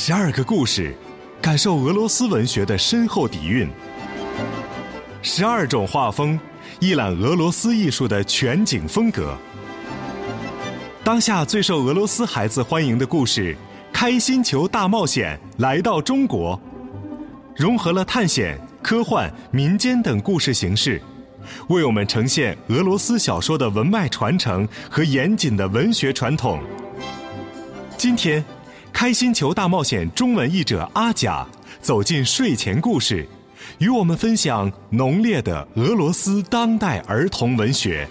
12个故事，感受俄罗斯文学的深厚底蕴；12种画风，一览俄罗斯艺术的全景风格。当下最受俄罗斯孩子欢迎的故事《开心球大冒险》来到中国，融合了探险、科幻、民间等故事形式，为我们呈现俄罗斯小说的文脉传承和严谨的文学传统。今天，《开心球大冒险》中文译者阿甲走进睡前故事，与我们分享浓烈的俄罗斯当代儿童文学。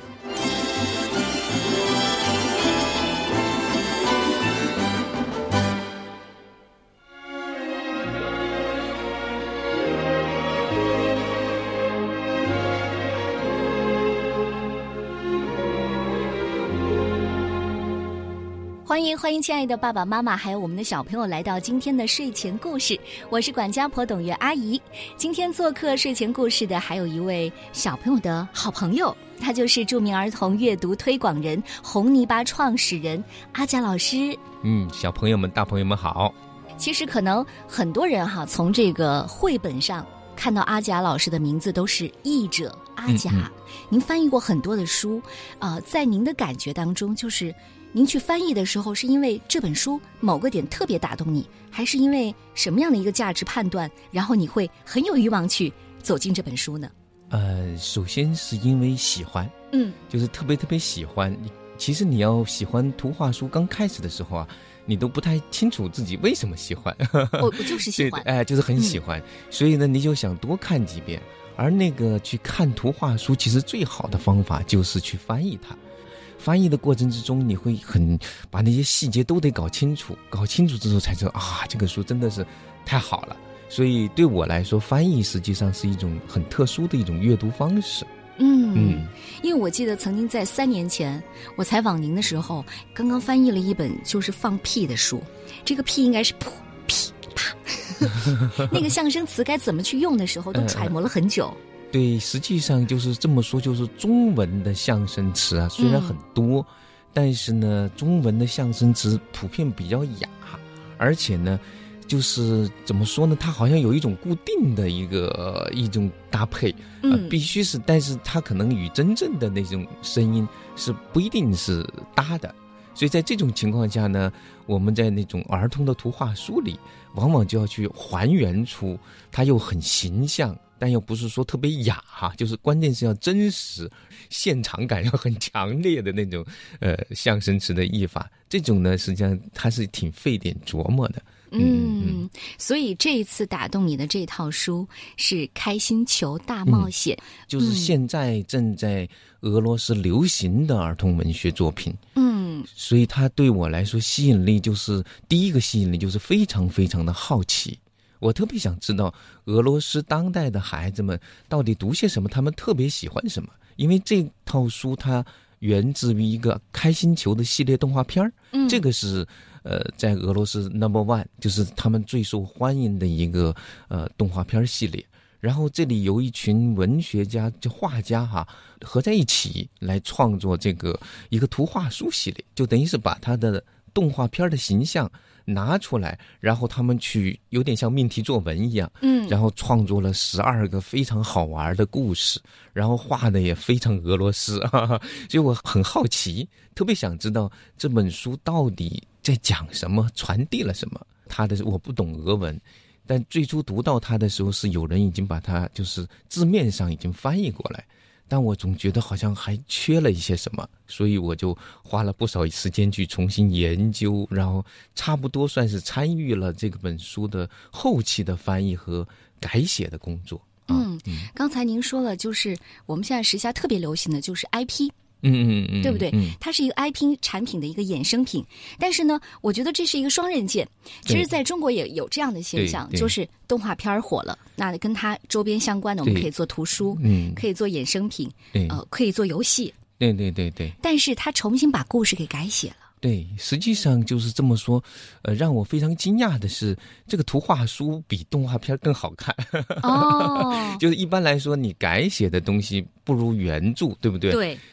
欢迎亲爱的爸爸妈妈还有我们的小朋友来到今天的睡前故事，我是管家婆董月阿姨。今天做客睡前故事的还有一位小朋友的好朋友，他就是著名儿童阅读推广人红泥巴创始人阿甲老师。 小朋友们大朋友们好。 其实可能很多人从这个绘本上看到阿甲老师的名字都是译者阿甲。您翻译过很多的书，在您的感觉当中，就是您去翻译的时候，是因为这本书某个点特别打动你，还是因为什么样的一个价值判断，然后你会很有欲望去走进这本书呢？ 首先是因为喜欢，就是特别喜欢。其实你要喜欢图画书，刚开始的时候啊，你都不太清楚自己为什么喜欢。 我就是喜欢， 就是很喜欢。所以呢，你就想多看几遍。而那个去看图画书，其实最好的方法就是去翻译它。翻译的过程之中，你会把那些细节都得搞清楚之后才知道啊，这个书真的是太好了。所以对我来说，翻译实际上是一种很特殊的一种阅读方式。 因为我记得曾经在3年前我采访您的时候，刚刚翻译了一本就是放屁的书，这个屁应该是噗噼啪那个象声词该怎么去用的时候都揣摩了很久。 对，实际上就是这么说，就是中文的象声词啊，虽然很多，但是呢，中文的象声词普遍比较雅，而且呢，就是怎么说呢，它好像有一种固定的一种搭配，必须是，但是它可能与真正的那种声音是不一定是搭的。所以在这种情况下呢，我们在那种儿童的图画书里，往往就要去还原出它又很形象，但又不是说特别雅就是关键是要真实，现场感要很强烈的那种象声词的译法。这种呢，实际上它是挺费点琢磨的。 所以这一次打动你的这套书是《开心球大冒险》， 就是现在正在俄罗斯流行的儿童文学作品。所以它对我来说吸引力就是第一个吸引力就是非常非常的好奇。我特别想知道俄罗斯当代的孩子们到底读些什么，他们特别喜欢什么。因为这套书它源自于一个开心球的系列动画片，这个是在俄罗斯 No.1， 就是他们最受欢迎的一个动画片系列。然后这里有一群文学家画家合在一起来创作这个一个图画书系列，就等于是把他的动画片的形象拿出来，然后他们去有点像命题作文一样，然后创作了12个非常好玩的故事，然后画的也非常俄罗斯所以我很好奇，特别想知道这本书到底在讲什么，传递了什么。我不懂俄文，但最初读到它的时候，是有人已经把它就是字面上已经翻译过来，但我总觉得好像还缺了一些什么，所以我就花了不少时间去重新研究，然后差不多算是参与了这本书的后期的翻译和改写的工作。 刚才您说了，就是我们现在时下特别流行的就是 IP。对不对？它是一个 IP 产品的一个衍生品，但是呢，我觉得这是一个双刃剑。其实在中国也有这样的现象，就是动画片火了，那跟它周边相关的，我们可以做图书，可以做衍生品，可以做游戏。 对。 但是它重新把故事给改写了。 对，实际上就是这么说。让我非常惊讶的是，这个图画书比动画片更好看。就是一般来说，你改写的东西不如原著，对不对？ 对。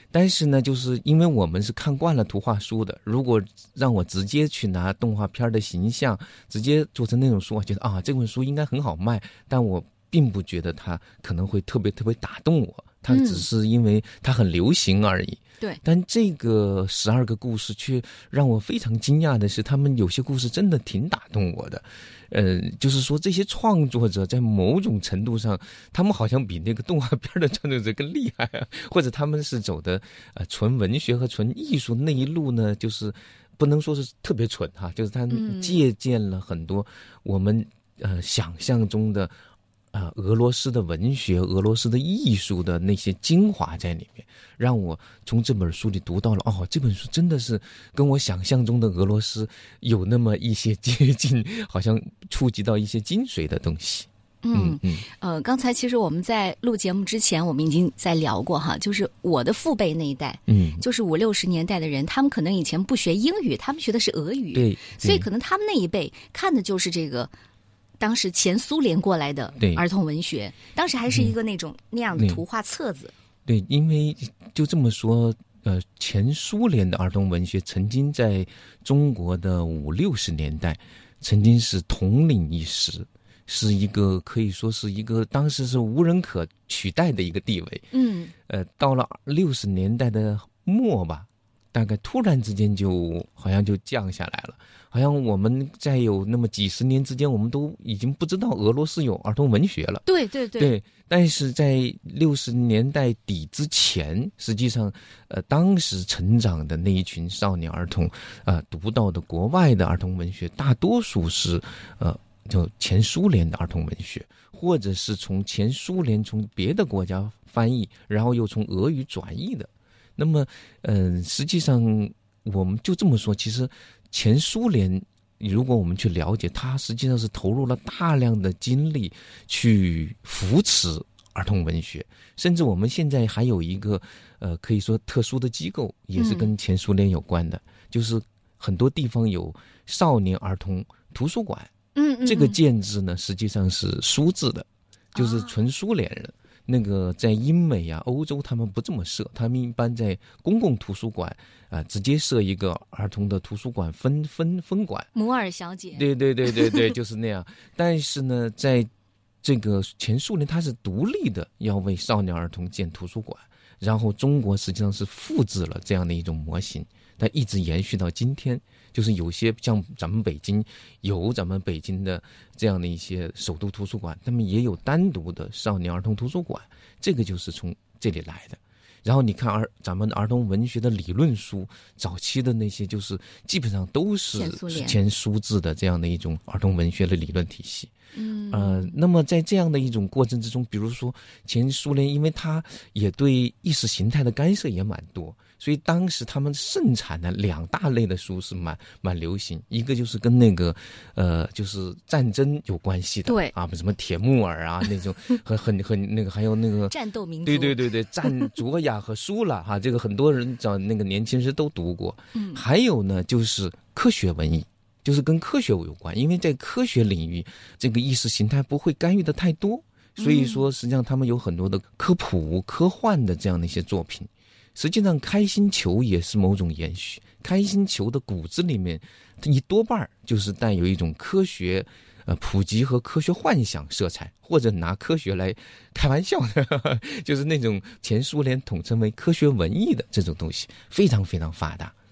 但是呢，就是因为我们是看惯了图画书的，如果让我直接去拿动画片的形象直接做成那种书，我觉得啊，这本书应该很好卖，但我并不觉得它可能会特别特别打动我，它只是因为它很流行而已。 对， 但这个12个故事却让我非常惊讶的是，他们有些故事真的挺打动我的。就是说这些创作者在某种程度上，他们好像比那个动画片的创作者更厉害啊，或者他们是走的纯文学和纯艺术那一路呢，就是不能说是特别蠢哈，就是他借鉴了很多我们想象中的俄罗斯的文学、俄罗斯的艺术的那些精华在里面，让我从这本书里读到了这本书真的是跟我想象中的俄罗斯有那么一些接近，好像触及到一些精髓的东西。 刚才其实我们在录节目之前，我们已经在聊过哈，就是我的父辈那一代，就是50、60年代的人，他们可能以前不学英语，他们学的是俄语， 对， 所以可能他们那一辈看的就是这个。当时前苏联过来的儿童文学，当时还是一个那样的图画册子。 对，因为就这么说，前苏联的儿童文学曾经在中国的50、60年代，曾经是统领一时，是一个可以说是一个当时是无人可取代的一个地位。到了60年代的末吧，大概突然之间好像就降下来了。好像我们在有那么几十年之间，我们都已经不知道俄罗斯有儿童文学了。 对， 但是在60年代底之前，实际上，当时成长的那一群少年儿童，读到的国外的儿童文学，大多数是，就前苏联的儿童文学，或者是从前苏联从别的国家翻译，然后又从俄语转译的。那么，实际上我们就这么说，其实。前苏联，如果我们去了解，它实际上是投入了大量的精力去扶持儿童文学，甚至我们现在还有一个可以说特殊的机构，也是跟前苏联有关的，就是很多地方有少年儿童图书馆。这个建制呢，实际上是苏制的，就是纯苏联人。那个在英美欧洲他们不这么设，他们一般在公共图书馆直接设一个儿童的图书馆分馆。 摩尔小姐。 对，就是那样。但是呢，在这个前苏联，它是独立的，要为少年儿童建图书馆。然后中国实际上是复制了这样的一种模型，它一直延续到今天。就是有些像咱们北京有咱们北京的这样的一些首都图书馆，他们也有单独的少年儿童图书馆，这个就是从这里来的。然后你看咱们儿童文学的理论书，早期的那些就是基本上都是前苏制的这样的一种儿童文学的理论体系。那么在这样的一种过程之中，比如说前苏联，因为它也对意识形态的干涉也蛮多，所以当时他们盛产的2大类的书是蛮流行，一个就是跟那个就是战争有关系的， 对什么铁木尔那种很那个，还有那个战斗民族， 对，战卓雅和苏拉这个很多人找那个年轻时都读过。还有呢就是科学文艺。就是跟科学有关，因为在科学领域，这个意识形态不会干预的太多，所以说实际上他们有很多的科普、科幻的这样的一些作品。实际上，开心球也是某种延续。开心球的骨子里面，一多半就是带有一种科学普及和科学幻想色彩，或者拿科学来开玩笑的，就是那种前苏联统称为科学文艺的这种东西，非常非常发达。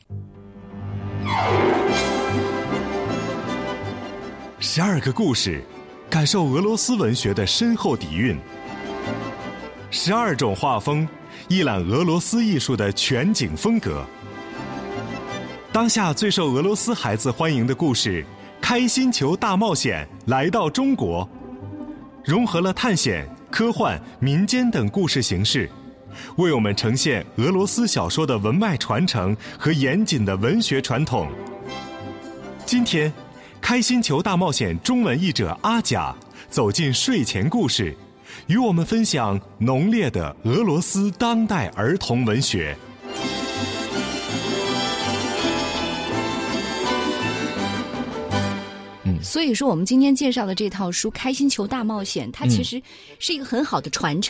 12个故事，感受俄罗斯文学的深厚底蕴。12种画风，一览俄罗斯艺术的全景风格。当下最受俄罗斯孩子欢迎的故事《开心球大冒险》来到中国，融合了探险、科幻、民间等故事形式，为我们呈现俄罗斯小说的文脉传承和严谨的文学传统。今天开心球大冒险中文译者阿甲走进睡前故事，与我们分享浓烈的俄罗斯当代儿童文学。 所以说我们今天介绍的这套书《开心球大冒险》，它其实是一个很好的传承。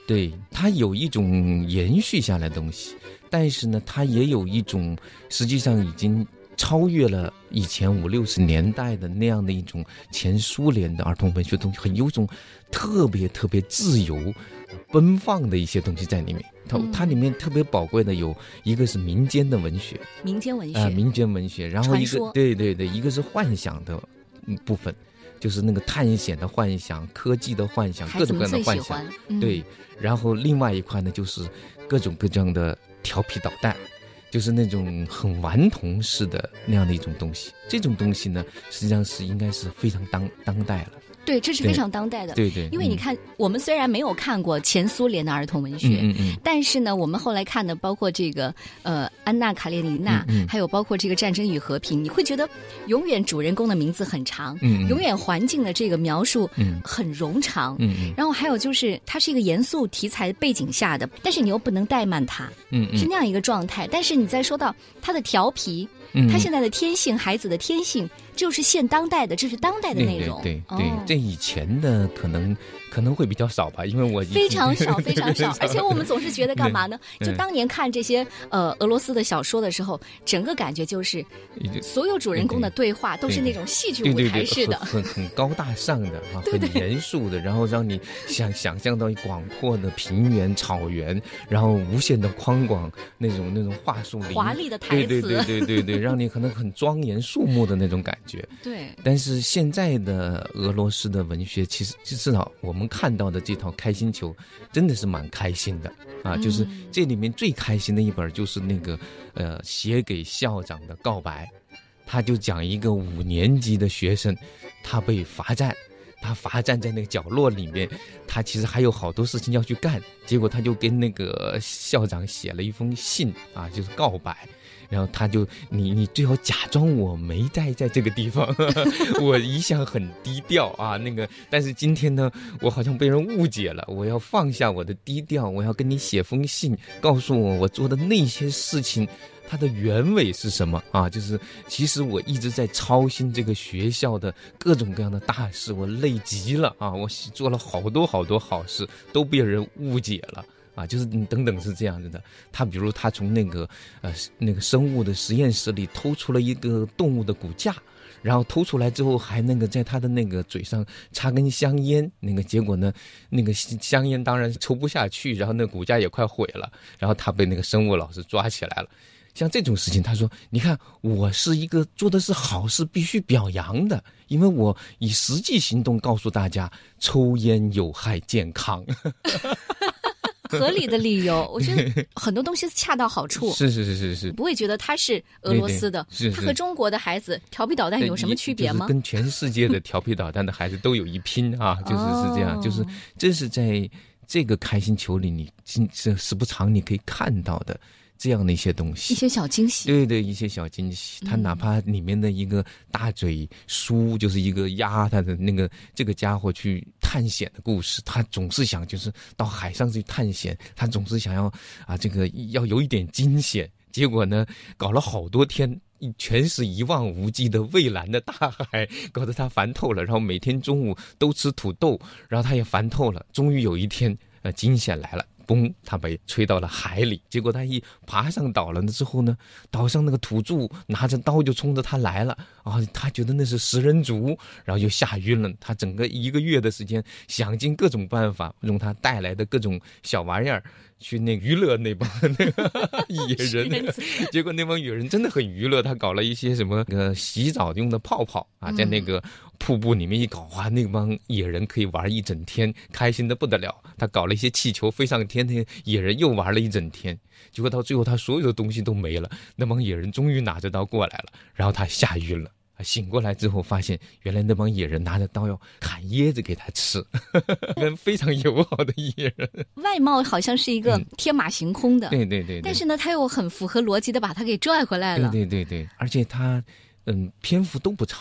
对，它有一种延续下来的东西，但是呢，它也有一种实际上已经超越了以前50、60年代的那样的一种前苏联的儿童文学东西，很有种特别特别自由、奔放的一些东西在里面。它里面特别宝贵的有一个是民间的文学， 民间文学， 然后一个对，一个是幻想的部分，就是那个探险的幻想、科技的幻想、各种各样的幻想，对。然后另外一块呢，就是各种各样的调皮捣蛋，就是那种很顽童式的那样的一种东西。这种东西呢，实际上是应该是非常当代了。 对，这是非常当代的。 对， 因为你看，我们虽然没有看过前苏联的儿童文学，但是呢，我们后来看的，包括这个安娜·卡列尼娜，还有包括这个《战争与和平》，你会觉得永远主人公的名字很长，永远环境的这个描述很冗长，然后还有就是它是一个严肃题材背景下的，但是你又不能怠慢它，是那样一个状态。但是你再说到它的调皮，他现在的天性，孩子的天性，就是现当代的，这是当代的内容。 对，这以前的可能会比较少吧，因为我非常少，而且我们总是觉得干嘛呢？就当年看这些俄罗斯的小说的时候，整个感觉就是所有主人公的对话都是那种戏剧舞台式的， 很高大上的啊，很严肃的，然后让你想象到广阔的平原、草原，然后无限的宽广那种话术里华丽的台词， 对，让你可能很庄严肃穆的那种感觉。 对， 但是现在的俄罗斯的文学，其实至少我们看到的这套开心球真的是蛮开心的啊！就是这里面最开心的一本就是那个写给校长的告白，他就讲一个5年级的学生，他被罚站。他罚站在那个角落里面，他其实还有好多事情要去干，结果他就跟那个校长写了一封信啊，就是告白。然后他就你最好假装我没在这个地方，我一向很低调啊，但是今天呢，我好像被人误解了，我要放下我的低调，我要跟你写封信，告诉我做的那些事情它的原委是什么啊？就是其实我一直在操心这个学校的各种各样的大事，我累极了啊！我做了好多好事，都被人误解了。啊，就是等等是这样子的。他比如他从那个生物的实验室里偷出了一个动物的骨架，然后偷出来之后还在他的那个嘴上插根香烟，结果呢，那个香烟当然抽不下去，然后那骨架也快毁了，然后他被那个生物老师抓起来了。像这种事情，他说：“你看，我是一个做的是好事，必须表扬的，因为我以实际行动告诉大家，抽烟有害健康。” 合理的理由，我觉得很多东西恰到好处。 是， 不会觉得他是俄罗斯的， 是他和中国的孩子调皮捣蛋有什么区别吗？ 就是跟全世界的调皮捣蛋的孩子都有一拼啊，就是这样，就是这是在这个开心球里，你时不常你可以看到的。这样的一些东西， 一些小惊喜， 对，一些小惊喜。他哪怕里面的一个大嘴叔，就是一个压他的这个家伙去探险的故事，他总是想就是到海上去探险，他总是想要这个要有一点惊险。结果呢，搞了好多天，全是一望无际的蔚蓝的大海，搞得他烦透了。然后每天中午都吃土豆，然后他也烦透了。终于有一天，惊险来了。嘣！他被吹到了海里，结果他一爬上岛了之后呢，岛上那个土著拿着刀就冲着他来了啊！他觉得那是食人族，然后就吓晕了。他整个1个月的时间，想尽各种办法，用他带来的各种小玩意儿去娱乐那帮野人，结果那帮野人真的很娱乐。他搞了一些什么洗澡用的泡泡啊，在那个瀑布里面一搞啊，那帮野人可以玩一整天，开心的不得了。他搞了一些气球飞上天，那野人又玩了一整天。结果到最后，他所有的东西都没了。那帮野人终于拿着刀过来了，然后他吓晕了。醒过来之后，发现原来那帮野人拿着刀要砍椰子给他吃，非常友好的野人。 外貌好像是一个天马行空的， 对。 但是呢，他又很符合逻辑的把他给拽回来了。 对，而且他篇幅都不长。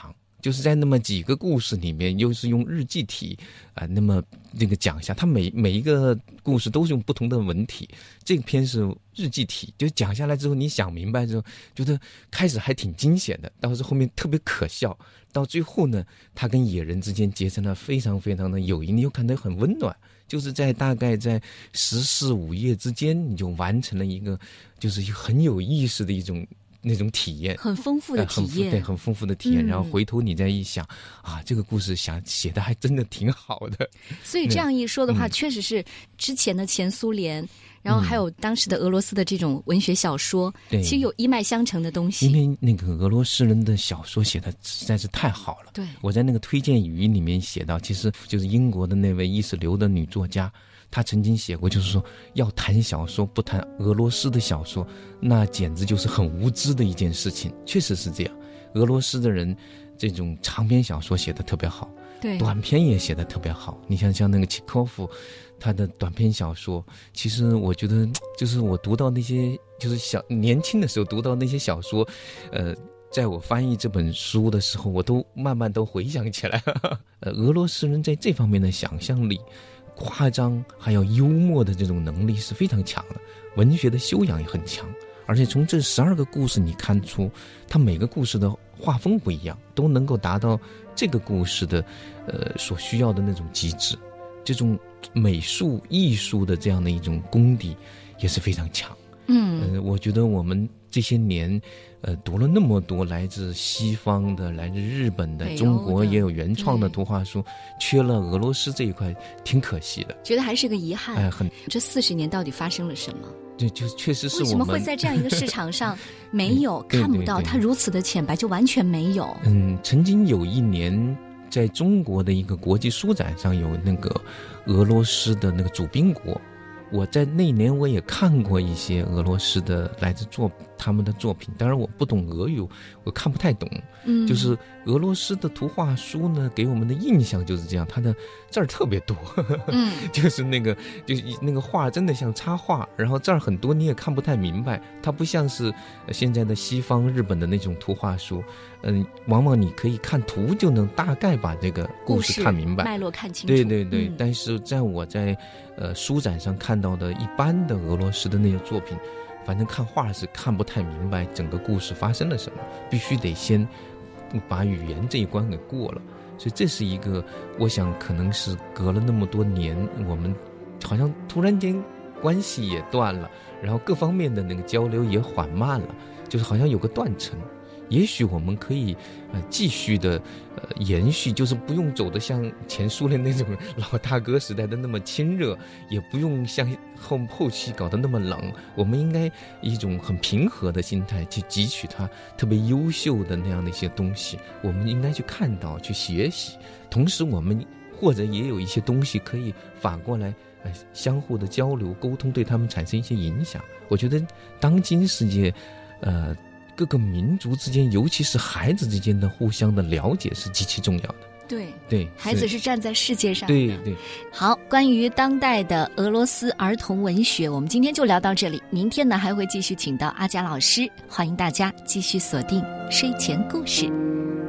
就是在那么几个故事里面，又是用日记体那么这个讲一下，它每一个故事都是用不同的文体。这个篇是日记体，就讲下来之后，你想明白之后，觉得开始还挺惊险的，到是后面特别可笑，到最后呢，他跟野人之间结成了非常非常的友谊，你又看得很温暖。就是在大概在14、15页之间，你就完成了一个就是很有意思的一种那种体验， 很丰富的体验， 对，很丰富的体验。然后回头你再一想啊，这个故事写的还真的挺好的。 所以这样一说的话，确实是之前的前苏联，然后还有当时的俄罗斯的这种文学小说，其实有一脉相承的东西。 因为那个俄罗斯人的小说写的实在是太好了。 对， 我在那个推荐语里面写到，其实就是英国的那位意识流的女作家，她曾经写过，就是说要谈小说不谈俄罗斯的小说，那简直就是很无知的一件事情。确实是这样，俄罗斯的人这种长篇小说写得特别好， 对， 短篇也写得特别好。你像那个契诃夫，他的短篇小说，其实我觉得就是我读到那些就是年轻的时候读到那些小说，在我翻译这本书的时候，我都慢慢都回想起来了。俄罗斯人在这方面的想象力、夸张还有幽默的这种能力是非常强的，文学的修养也很强。而且从这12个故事你看出，它每个故事的画风不一样，都能够达到这个故事的所需要的那种极致。这种美术艺术的这样的一种功底也是非常强。我觉得我们这些年读了那么多来自西方的、来自日本的、中国也有原创的图画书，缺了俄罗斯这一块，挺可惜的。 觉得还是个遗憾。这40年到底发生了什么？ 对，就确实是我们为什么会在这样一个市场上没有看不到它如此的浅白，就完全没有？ 曾经有一年，在中国的一个国际书展上有那个俄罗斯的那个主宾国。我在那年我也看过一些俄罗斯的来自他们的作品，当然我不懂俄语，我看不太懂。就是俄罗斯的图画书呢，给我们的印象就是这样，它的字儿特别多。就是那个画真的像插画，然后字儿很多，你也看不太明白。它不像是现在的西方日本的那种图画书，往往你可以看图就能大概把这个故事看明白， 脉络看清楚。 对。但是在我在书展上看到的一般的俄罗斯的那些作品，反正看画是看不太明白整个故事发生了什么，必须得先把语言这一关给过了。所以这是一个，我想可能是隔了那么多年，我们好像突然间关系也断了，然后各方面的那个交流也缓慢了，就是好像有个断层。也许我们可以继续的延续，就是不用走得像前苏联那种老大哥时代的那么亲热，也不用像后期搞得那么冷。我们应该以一种很平和的心态去汲取它特别优秀的那样的一些东西，我们应该去看到、去学习。同时我们或者也有一些东西可以反过来相互的交流沟通，对他们产生一些影响。我觉得当今世界各个民族之间，尤其是孩子之间的互相的了解是极其重要的。对， 孩子是站在世界上的。 对。 好，关于当代的俄罗斯儿童文学，我们今天就聊到这里。明天呢，还会继续请到阿佳老师，欢迎大家继续锁定睡前故事。